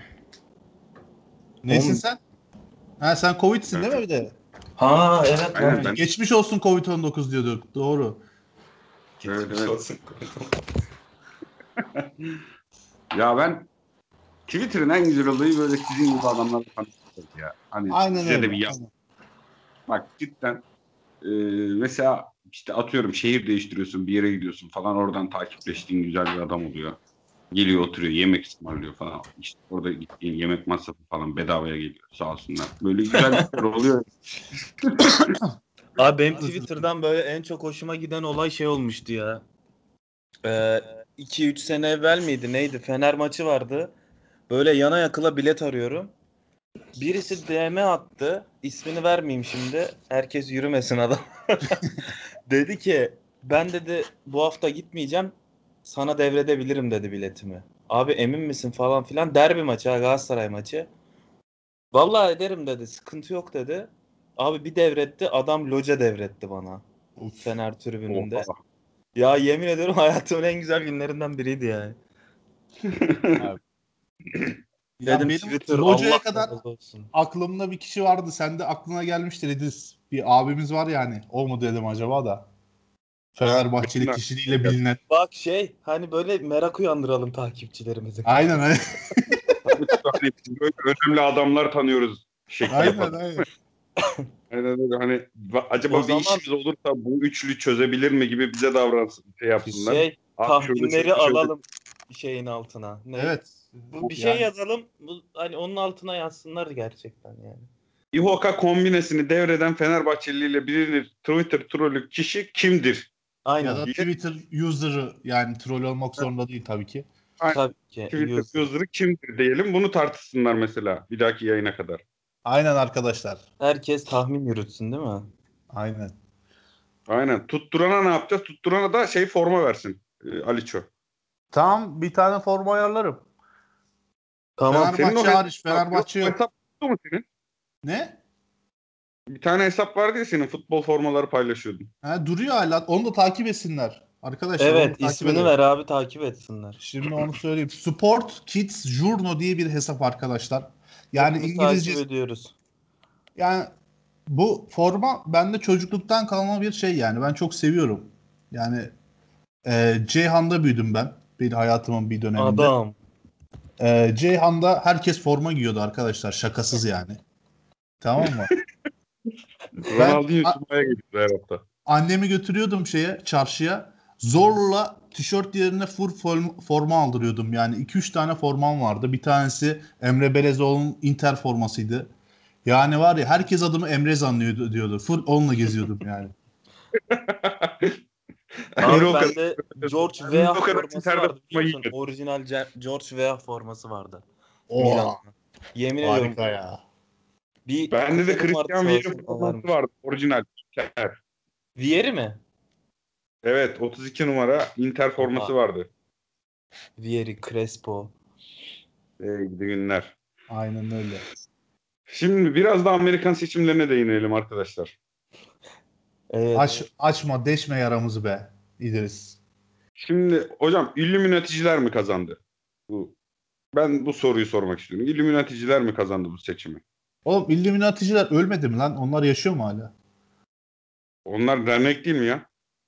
Nesin
Oğlum.
sen? Ha sen Covid'sin değil mi
Evet.
bir de?
Ha evet
Aynen
lan.
ben.
Geçmiş olsun covid on dokuz diyorduk. Doğru.
Evet,
Geçmiş
evet.
olsun.
Ya ben Twitter'ın en güzel olayı böyle sizin gibi adamlarla tanışmak ya. Hani
Aynen
size de
öyle.
bir yaz.
Aynen.
Bak cidden e, mesela işte atıyorum şehir değiştiriyorsun bir yere gidiyorsun falan oradan takipleştiğin güzel bir adam oluyor. Geliyor oturuyor yemek ısmarlıyor falan. İşte orada gittiğin yemek masrafı falan bedavaya geliyor sağ olsunlar. Böyle güzellikler oluyor.
Abi benim
Özür dilerim.
Twitter'dan böyle en çok hoşuma giden olay şey olmuştu ya. Ee, iki üç sene evvel miydi neydi? Fener maçı vardı. Böyle yana yakıla bilet arıyorum. Birisi D M attı. İsmini vermeyeyim şimdi. Herkes yürümesin adam. Dedi ki ben dedi bu hafta gitmeyeceğim. Sana devredebilirim dedi biletimi. Abi emin misin falan filan. Derbi maçı ha, Galatasaray maçı. Vallahi ederim dedi. Sıkıntı yok dedi. Abi bir devretti. Adam loca devretti bana.
Of.
Fener tribününde.
Oha.
Ya yemin ediyorum hayatımın en güzel günlerinden biriydi yani.
Abi. Ya
Dedim
benim
Twitter Allah
Loca'ya kadar
razı olsun.
aklımda bir kişi vardı. Sen de aklına gelmiştir Ediz. Bir abimiz var yani. O mu dedim acaba da. Fenerbahçeli
Benim de
kişiliğiyle bilinen.
Bak şey hani böyle merak uyandıralım takipçilerimize.
Aynen aynen.
hani böyle önemli adamlar tanıyoruz şekli
Aynen
yapalım.
aynen.
Aynen öyle. Hani va-
O
acaba bir
zaman
işimiz olursa bu üçlü çözebilir mi gibi bize davransın, şey yapsınlar.
şey
Abi şurada
tahminleri
şöyle şöyle.
alalım şeyin altına. Ne?
Evet.
Bu bir şey
Yani
yazalım. Bu, hani onun altına yazsınlar gerçekten yani.
İHOKA kombinesini devreden Fenerbahçeli ile bilinir Twitter trolü kişi kimdir?
Ya da
Aynen.
Twitter user'ı, yani troll olmak zorunda değil tabii ki.
Aynen.
Tabii ki.
Twitter
User.
user'ı kimdir diyelim. Bunu tartışsınlar mesela bir dahaki yayına kadar.
Aynen arkadaşlar.
Herkes tahmin yürütsün değil mi?
Aynen.
Aynen. Tutturana ne yapacağız? Tutturana da şey forma versin. E, Aliço.
Tamam, bir tane forma ayarlarım.
Tamam.
Senin o
Fenerbahçe hariç.
hesap,
Fenerbahçe
yok, o
yok.
hesap yok mu senin?
Ne?
Bir tane hesap vardı ya senin, futbol formaları paylaşıyordun.
Ha, duruyor hala. Onu da takip etsinler. Arkadaşlar onu
Evet,
takip
ismini
edin.
ver abi, takip etsinler.
Şimdi onu söyleyeyim. Sport Kids Journo diye bir hesap arkadaşlar. Yani
Hepimiz
İngilizce,
takip ediyoruz.
yani bu forma bende çocukluktan kalma bir şey yani. Ben çok seviyorum. Yani e, Ceyhan'da büyüdüm ben. Bir hayatımın bir döneminde.
Adam.
E, Ceyhan'da herkes forma giyiyordu arkadaşlar. Şakasız yani. Tamam mı? Ben
Ronaldinho
a-
tutmaya gidiyor her hafta.
annemi götürüyordum şeye, çarşıya. Zorla tişört yerine full form- forma aldırıyordum. Yani iki üç tane formam vardı. Bir tanesi Emre Belezoğlu'nun Inter formasıydı. Yani var ya, herkes adımı Emre zannıyordu diyordu. Full onunla geziyordum yani.
Emre
Abi
o kadar.
bende George
Emre
Weah
o kadar
forması
Inter'de
vardı, biliyor
forma
musun?
giyiyor.
Orijinal Ce- George Weah forması vardı.
Oo,
Milan'da. Yemin ediyorum.
harika ya.
Bir
Bende de
kuzenim vardı,
Christian
sağ
Vieri
olsun, o
forması
vermiş.
vardı. Orijinal. Inter.
Vieri mi?
Evet, otuz iki numara Inter forması
Oha.
vardı.
Vieri, Crespo.
Ey gidi günler.
Aynen öyle.
Şimdi biraz da Amerikan seçimlerine değinelim arkadaşlar.
Evet.
Aç, açma deşme yaramızı be İdris.
Şimdi hocam, illüminaticiler mi kazandı? Bu, ben bu soruyu sormak istiyorum. İllüminaticiler mi kazandı bu seçimi?
Oğlum, İllüminaticiler ölmedi mi lan? Onlar yaşıyor mu hala?
Onlar dernek değil mi ya?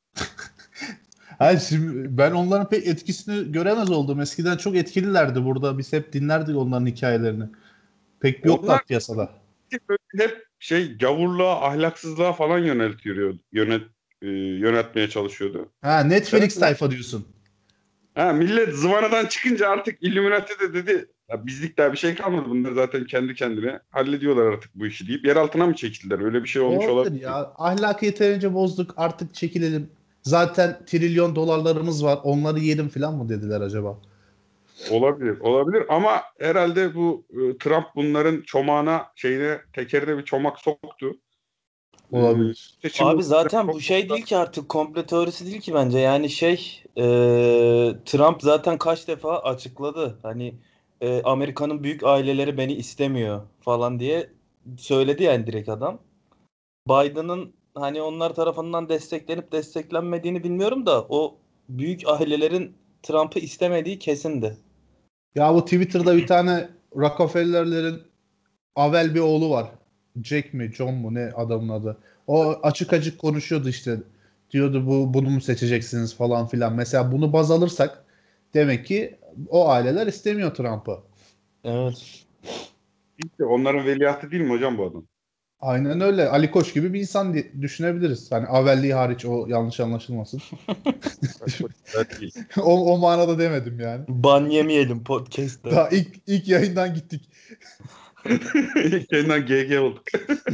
Hayır, şimdi ben onların pek etkisini göremez oldum. Eskiden çok etkililerdi burada. Biz hep dinlerdik onların hikayelerini. Pek
Onlar
yoklar piyasada.
hep şey gavurluğa, ahlaksızlığa falan yöneltiyor, yönet, e, yöneltmeye çalışıyordu.
Ha, Netflix
Evet.
tayfa diyorsun.
Ha, millet zıvanadan çıkınca artık Illuminati de dedi ya, bizlik daha bir şey kalmadı. Bunlar zaten kendi kendine hallediyorlar artık bu işi deyip yer altına mı çekildiler? Öyle bir şey olmuş
Olabilir
olabilir.
ya. Ahlakı yeterince bozduk. Artık çekilelim. Zaten trilyon dolarlarımız var. Onları yiyelim falan mı dediler acaba?
Olabilir, olabilir ama herhalde bu e, Trump bunların çomağına, şeyine, tekerine bir çomak soktu. E,
Olabilir.
seçim
Abi zaten bu şey değil ki, artık komple teorisi değil ki bence. Yani şey e, Trump zaten kaç defa açıkladı. Hani e, Amerika'nın büyük aileleri beni istemiyor falan diye söyledi yani, direkt adam. Biden'ın hani onlar tarafından desteklenip desteklenmediğini bilmiyorum da o büyük ailelerin Trump'ı istemediği kesindi.
Ya bu Twitter'da bir tane Rockefeller'lerin Avel bir oğlu var. Jack mi, John mu, ne adamın adı. O açık açık konuşuyordu işte. Diyordu bu bunu mu seçeceksiniz falan filan. Mesela bunu baz alırsak demek ki o aileler istemiyor Trump'ı.
Evet.
İşte onların veliahtı değil mi hocam bu adam?
Aynen öyle. Ali Koç gibi bir insan diye düşünebiliriz. Hani Avelliği hariç, o yanlış anlaşılmasın.
Değil.
o, o manada demedim yani.
Ban yemeyelim podcast'te.
Daha ilk ilk yayından gittik.
Kendinden G G olduk.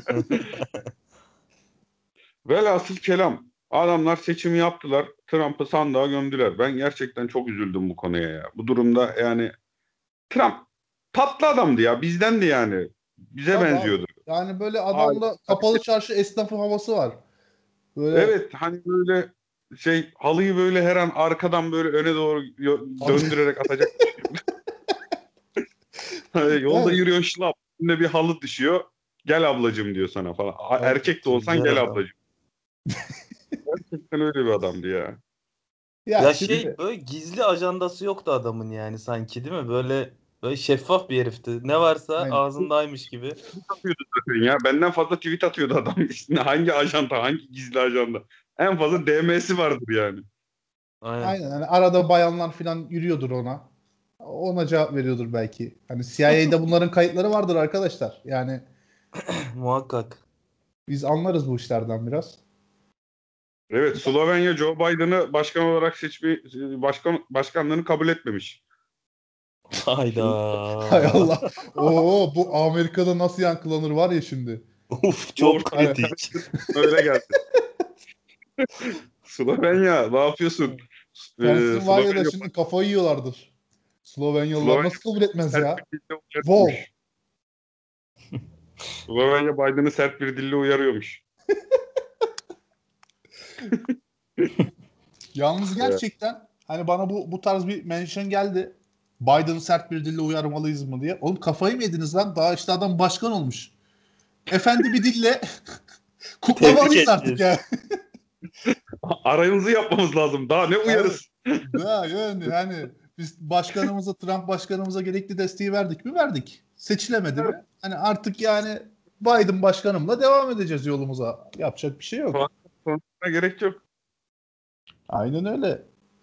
Velhasıl kelam. Adamlar seçimi yaptılar. Trump'ı sandığa gömdüler. Ben gerçekten çok üzüldüm bu konuya ya. Bu durumda yani Trump tatlı adamdı ya. Bizdendi yani. Bize
Tabii abi.
benziyordu.
Yani böyle
Hala.
adamda kapalı çarşı esnafı havası var. Böyle
Evet, hani böyle şey, halıyı böyle her an arkadan böyle öne doğru yo- döndürerek atacak. Hani yolda
yani,
yürüyor, şılap. Üstünde bir halı düşüyor. Gel ablacığım diyor sana falan. A-
evet,
Erkek de olsan
Güzel
gel
adam.
ablacığım. Gerçekten öyle bir adamdı ya.
ya
Ya
şimdi
şey, böyle gizli ajandası yoktu adamın yani, sanki değil mi? Böyle böyle şeffaf bir herifti. Ne varsa
aynen.
ağzındaymış gibi.
Tweet atıyordu zaten ya. Benden fazla tweet atıyordu adam. İşte hangi ajanda, hangi gizli ajanda. En fazla D M'si vardır yani.
Aynen.
Aynen. Hani arada bayanlar falan yürüyordur ona. Ona cevap veriyordur belki. Hani C I A'de bunların kayıtları vardır arkadaşlar. Yani
Muhakkak.
biz anlarız bu işlerden biraz.
Evet, Slovenya Joe Biden'ı başkan olarak seçme, başkan başkanlığını kabul etmemiş.
Hayda.
Hay Allah. Oo, bu Amerika'da nasıl yankılanır var ya şimdi.
Uf çok kritik.
Öyle geldi. Slovenya ne yapıyorsun? Ee,
Pennsylvania'da
Slovenya,
şimdi kafayı yiyorlardır. Slovenyalılar
Slovenya
nasıl kabul etmez
sert
ya?
bir dille
Wow.
uyarıyormuş. Slovenya Biden'ı sert bir dille uyarıyormuş.
Yalnız gerçekten hani bana bu bu tarz bir mention geldi. Biden'ı sert bir dille uyarmalıyız mı diye. Oğlum kafayı mı yediniz lan? Daha işte adam başkan olmuş. Efendi bir dille kutlamalıyız
Tebrik
artık ya.
Aranızı yapmamız lazım. Daha ne uyarız?
Daha yani hani biz başkanımıza, Trump başkanımıza gerekli desteği verdik mi? Verdik. Seçilemedi mi? Hani artık yani Biden başkanımla devam edeceğiz yolumuza. Yapacak bir şey yok.
Sonuna gerek yok.
Aynen öyle.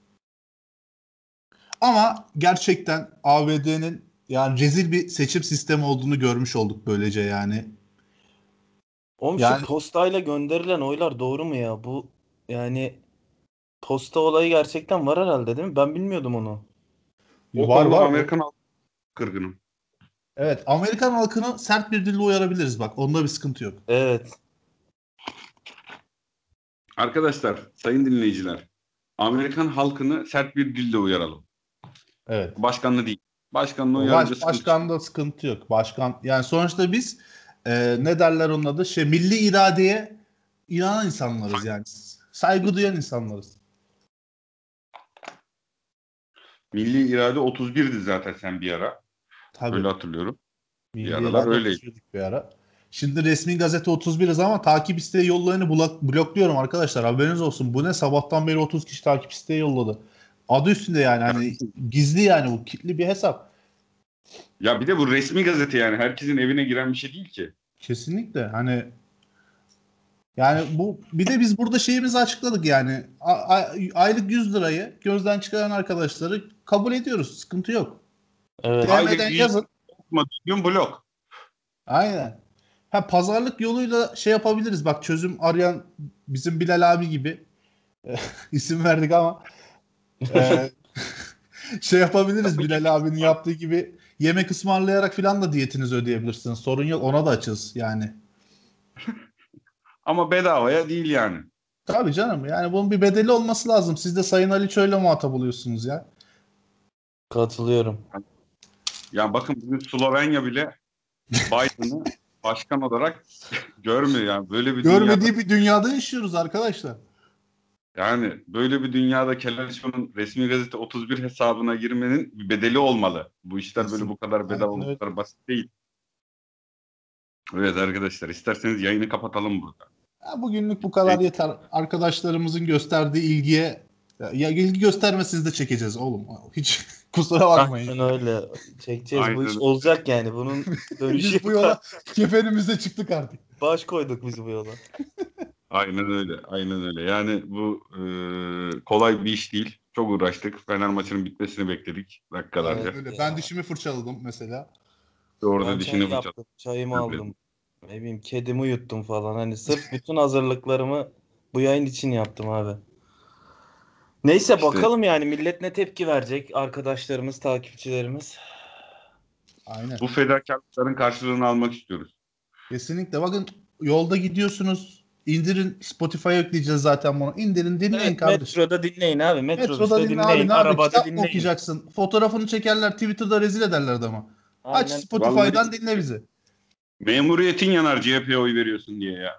Ama gerçekten A B D'nin yani rezil bir seçim sistemi olduğunu görmüş olduk böylece yani.
Oğlum
Yani
şu postayla gönderilen oylar doğru mu ya? Bu yani posta olayı gerçekten var herhalde değil mi? Ben bilmiyordum onu.
O
var
konuda
var.
Amerikan halkı kırgınım.
Evet, Amerikan halkını sert bir dille uyarabiliriz bak. Onda bir sıkıntı yok.
Evet.
Arkadaşlar, sayın dinleyiciler, Amerikan halkını sert bir dille uyaralım.
Evet.
Başkanlı değil. Başkanlığı
Baş,
uyarınca sıkıntı çıkıyor.
başkanda sıkıntı yok. Başkan yani sonuçta biz e, ne derler onun adı? Şey milli iradeye inanan insanlarız yani. Saygı duyan insanlarız.
Milli irade otuz birdi zaten sen bir ara.
Tabii.
Öyle hatırlıyorum. Bir
Milli
aralar
irade
öyleydi.
otuz birdik bir ara. Şimdi resmi gazete otuz biriz ama takip isteği yollarını blok- blokluyorum arkadaşlar. Haberiniz olsun. Bu ne? Sabahtan beri otuz kişi takip isteği yolladı. Adı üstünde yani. Hani gizli yani bu. Kilitli bir hesap.
Ya bir de bu resmi gazete yani. Herkesin evine giren bir şey değil ki.
Kesinlikle. Hani yani bu bir de biz burada şeyimizi açıkladık yani. A- a- aylık yüz lirayı gözden çıkaran arkadaşları kabul ediyoruz. Sıkıntı yok.
Evet.
Aylık
D M'den
yüz
yazın.
gün blok.
Aynen. Ha pazarlık yoluyla şey yapabiliriz. Bak çözüm arayan bizim Bilal abi gibi isim verdik ama e, şey yapabiliriz Bilal abinin yaptığı gibi yemek ısmarlayarak falan da diyetinizi ödeyebilirsiniz. Sorun yok. Ona da açız yani.
Ama bedavaya değil yani.
Tabii canım. Yani bunun bir bedeli olması lazım. Siz de Sayın Ali Çoğ'yla muhatap oluyorsunuz ya.
Katılıyorum.
Yani bakın bugün Slovenya bile Biden'ı başkan olarak görmüyor yani. Böyle bir dünyada
Görmediği bir dünyada yaşıyoruz arkadaşlar.
yani böyle bir dünyada Kelalişo'nun resmi gazete otuz bir hesabına girmenin bir bedeli olmalı. Bu işler böyle bu kadar bedava,
Aynen
bu
öyle.
kadar basit değil. Evet arkadaşlar isterseniz yayını kapatalım burada.
Ya bugünlük bu kadar yeter. Arkadaşlarımızın gösterdiği ilgiye ya, ya ilgi göstermesiniz de çekeceğiz oğlum. Hiç kusura bakmayın.
Aynen öyle. Çekeceğiz. Bu iş
Aynen.
olacak yani. Bunun dönüşü
Biz bu yola kefenimize çıktık artık.
baş koyduk biz bu yola.
Aynen öyle. Aynen öyle. Yani bu e, kolay bir iş değil. Çok uğraştık. Fener maçının bitmesini bekledik dakikalarca.
Aynen öyle. Ben dişimi fırçaladım mesela.
Orada
Ben
dişini
çay
fırçaladı.
yaptım. Çayımı aldım. Ne bileyim kedimi uyuttum falan. Hani sırf bütün hazırlıklarımı bu yayın için yaptım abi. Neyse
İşte
bakalım yani millet ne tepki verecek arkadaşlarımız, takipçilerimiz.
Aynen.
bu fedakarlıkların karşılığını almak istiyoruz.
Kesinlikle. Bakın yolda gidiyorsunuz. İndirin Spotify'a ekleyeceğiz zaten bunu. İndirin dinleyin
Evet
kardeşim.
metroda dinleyin abi.
Metroda
Metrobüste
dinle abi
dinleyin.
ne abi
Arabada
kitap mı
dinleyin.
okuyacaksın? Fotoğrafını çekerler Twitter'da rezil ederler adamı. Aç
Aynen.
Spotify'dan
Vallahi
dinle bizi.
memuriyetin yanar C H P'ye oy veriyorsun diye ya.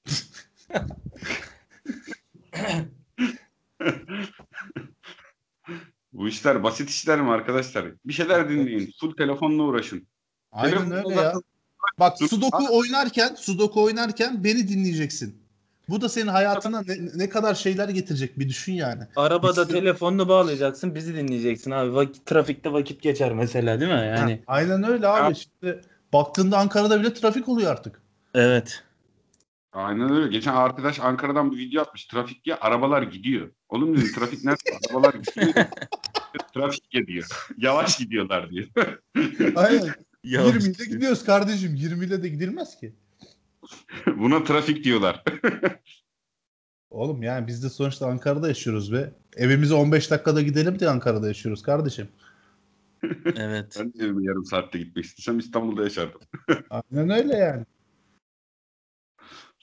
Bu işler basit işler mi arkadaşlar? Bir şeyler dinleyin. Full telefonla uğraşın.
Aynen
Telefonla
öyle
zaten
ya. Bak
dur-
Sudoku oynarken, Sudoku oynarken beni dinleyeceksin. Bu da senin hayatına ne, ne kadar şeyler getirecek bir düşün yani.
Arabada
Bilgisayar-
telefonunu bağlayacaksın. Bizi dinleyeceksin abi. Vakit, trafikte vakit geçer mesela değil mi? Yani.
Aynen öyle
Ya,
abi. Şimdi baktığında Ankara'da bile trafik oluyor artık.
Evet.
aynen öyle. Geçen arkadaş Ankara'dan bir video atmış. Trafik diye arabalar gidiyor. Oğlum dedim trafik nerede? Arabalar gidiyor. Trafik gidiyor. Yavaş gidiyorlar diyor.
Aynen.
Yavaş
yirmi ile
gidiyor.
gidiyoruz kardeşim. yirmi ile de gidilmez ki.
Buna trafik diyorlar.
Oğlum yani biz de sonuçta Ankara'da yaşıyoruz ve evimize on beş dakikada gidelim diye Ankara'da yaşıyoruz kardeşim.
Evet.
Ben de evime yarım saatte gitmek istesem İstanbul'da yaşardım.
Aynen öyle yani.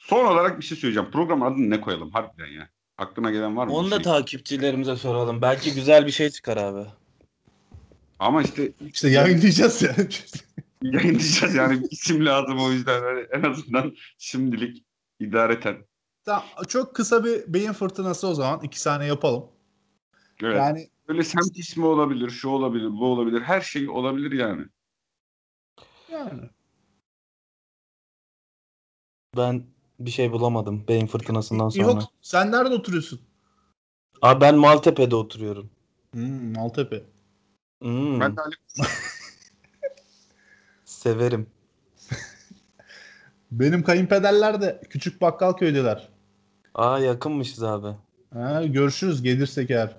Son olarak bir şey söyleyeceğim. Programın adını ne koyalım harbiden ya? Aklına gelen var mı?
Onu
bir
da
şey?
takipçilerimize soralım. Belki güzel bir şey çıkar abi.
Ama işte
İşte yayınlayacağız ya.
yayınlayacağız yani bir isim lazım o yüzden hani en azından şimdilik idareten.
Tamam, çok kısa bir beyin fırtınası o zaman. İki saniye yapalım.
Evet.
Yani
Böyle semt ismi olabilir, şu olabilir, bu olabilir. Her şey olabilir yani.
yani.
Ben bir şey bulamadım beyin fırtınasından sonra.
Yok, sen nerede oturuyorsun?
Abi ben Maltepe'de oturuyorum.
Hmm, Maltepe.
Hmm,
Ben de Ali
severim.
Benim kayınpederler de Küçük Bakkalköy'deler.
Aa, yakınmışız abi.
Ha, görüşürüz gelirsek eğer.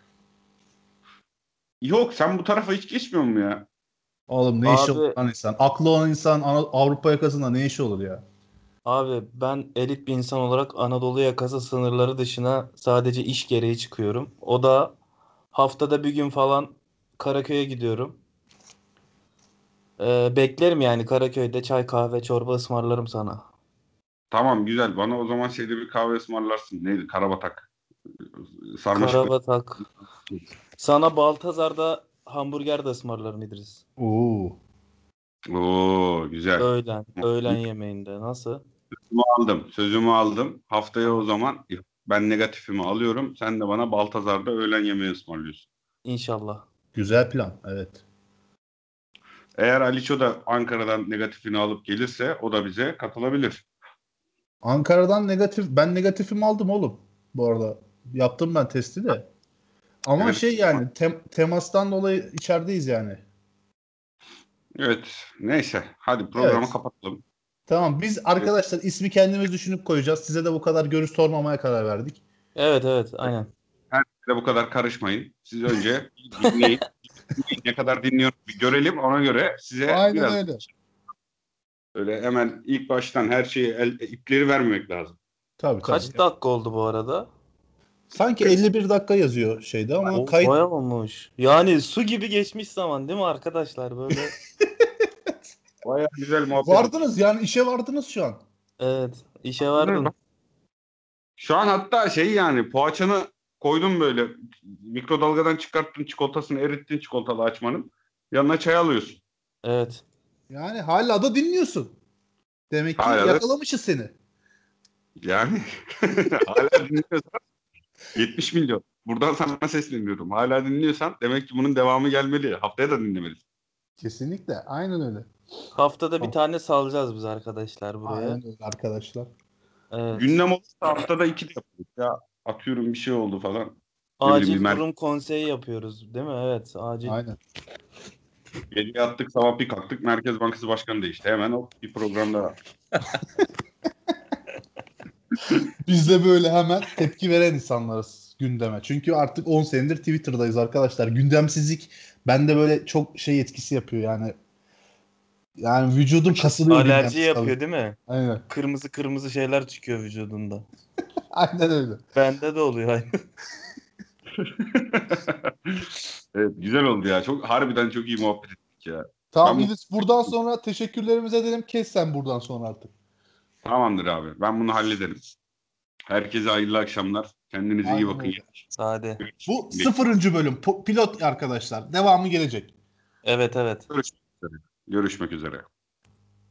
Yok sen bu tarafa hiç geçmiyor mu ya?
Oğlum ne işi olur
Abi
lan insan? Aklı olan insan Ana- Avrupa yakasında ne işi olur ya?
abi ben elit bir insan olarak Anadolu yakası sınırları dışına sadece iş gereği çıkıyorum. O da haftada bir gün falan Karaköy'e gidiyorum. Ee, beklerim yani Karaköy'de çay kahve çorba ısmarlarım sana.
Tamam güzel. Bana o zaman şeyde bir kahve ısmarlarsın. Neydi? Karabatak. Sarmaşıklı.
Karabatak. Sana Baltazar'da hamburger de ısmarlarım İdris.
Oo.
Oo güzel.
Öğlen, öğlen yemeğinde. Nasıl?
Sözümü aldım. Sözümü aldım. Haftaya o zaman ben negatifimi alıyorum. Sen de bana Baltazar'da öğlen yemeği ısmarlıyorsun.
İnşallah.
Güzel plan, evet.
Eğer Aliço da Ankara'dan negatifini alıp gelirse o da bize katılabilir.
Ankara'dan negatif, ben negatifimi aldım oğlum. Bu arada yaptım ben testi de. Ama
Negatif.
şey yani tem- temastan dolayı içerideyiz yani.
Evet. Neyse. Hadi programı
Evet.
kapatalım.
Tamam, biz
Evet.
arkadaşlar ismi kendimiz düşünüp koyacağız. Size de bu kadar görüş sormamaya karar verdik.
Evet evet aynen.
Herkese bu kadar karışmayın. Siz önce dinleyin. Dinleyin. Ne kadar dinliyoruz bir görelim. Ona göre size
Aynen
biraz
öyle.
öyle hemen ilk baştan her şeyi el, ipleri vermemek lazım.
Tabii tabii.
Kaç dakika oldu bu arada?
Sanki
kırk
elli bir dakika yazıyor şeyde ama
O
kayıt
bayağı olmuş. Yani su gibi geçmiş zaman değil mi arkadaşlar böyle?
bayağı güzel muhabbet ettik.
vardınız yani işe vardınız şu an.
Evet, işe vardım.
Şu an hatta şey yani poğaçanı koydum böyle mikrodalgadan çıkarttın çikolatasını erittin çikolatalı açmanın. Yanına çay alıyorsun.
Evet.
Yani hala da dinliyorsun. Demek ki
Hala da
yakalamışız seni.
yani hala dinliyorsan yetmiş milyon. Buradan sana sesleniyorum. Hala dinliyorsan demek ki bunun devamı gelmeli. Haftaya da dinlemelisin.
Kesinlikle. Aynen öyle.
Haftada bir
Tamam.
tane salacağız biz arkadaşlar buraya.
Aynen öyle arkadaşlar.
Evet.
Gündem olursa haftada iki de yaparız. Ya atıyorum bir şey oldu falan. Ne bileyim bir
Acil
mer
durum konseyi yapıyoruz, değil mi? Evet, acil.
Aynen.
gece yattık sabah bir kalktık Merkez Bankası Başkanı değişti. Hemen o bir programda.
Biz de böyle hemen tepki veren insanlarız gündeme. Çünkü artık on senedir Twitter'dayız arkadaşlar. Gündemsizlik bende böyle çok şey etkisi yapıyor yani. Yani vücudum kasılıyor
Alerji
gündemsiz kalınca.
yapıyor, değil mi?
Aynen.
Kırmızı kırmızı şeyler çıkıyor vücudunda.
Aynen öyle.
Bende de oluyor aynı.
Evet, güzel oldu ya. Çok harbiden çok iyi muhabbet ettik ya.
Tamam
Ben bu...
İdris, buradan sonra teşekkürlerimizi edelim. Kes sen buradan sonra artık.
Tamamdır abi. Ben bunu hallederim. Herkese hayırlı akşamlar. Kendinize iyi
Aynen
bakın.
öyle.
Sade.
Bu sıfırıncı bölüm. Po- pilot arkadaşlar. Devamı gelecek.
Evet evet.
Görüşmek üzere. Görüşmek üzere.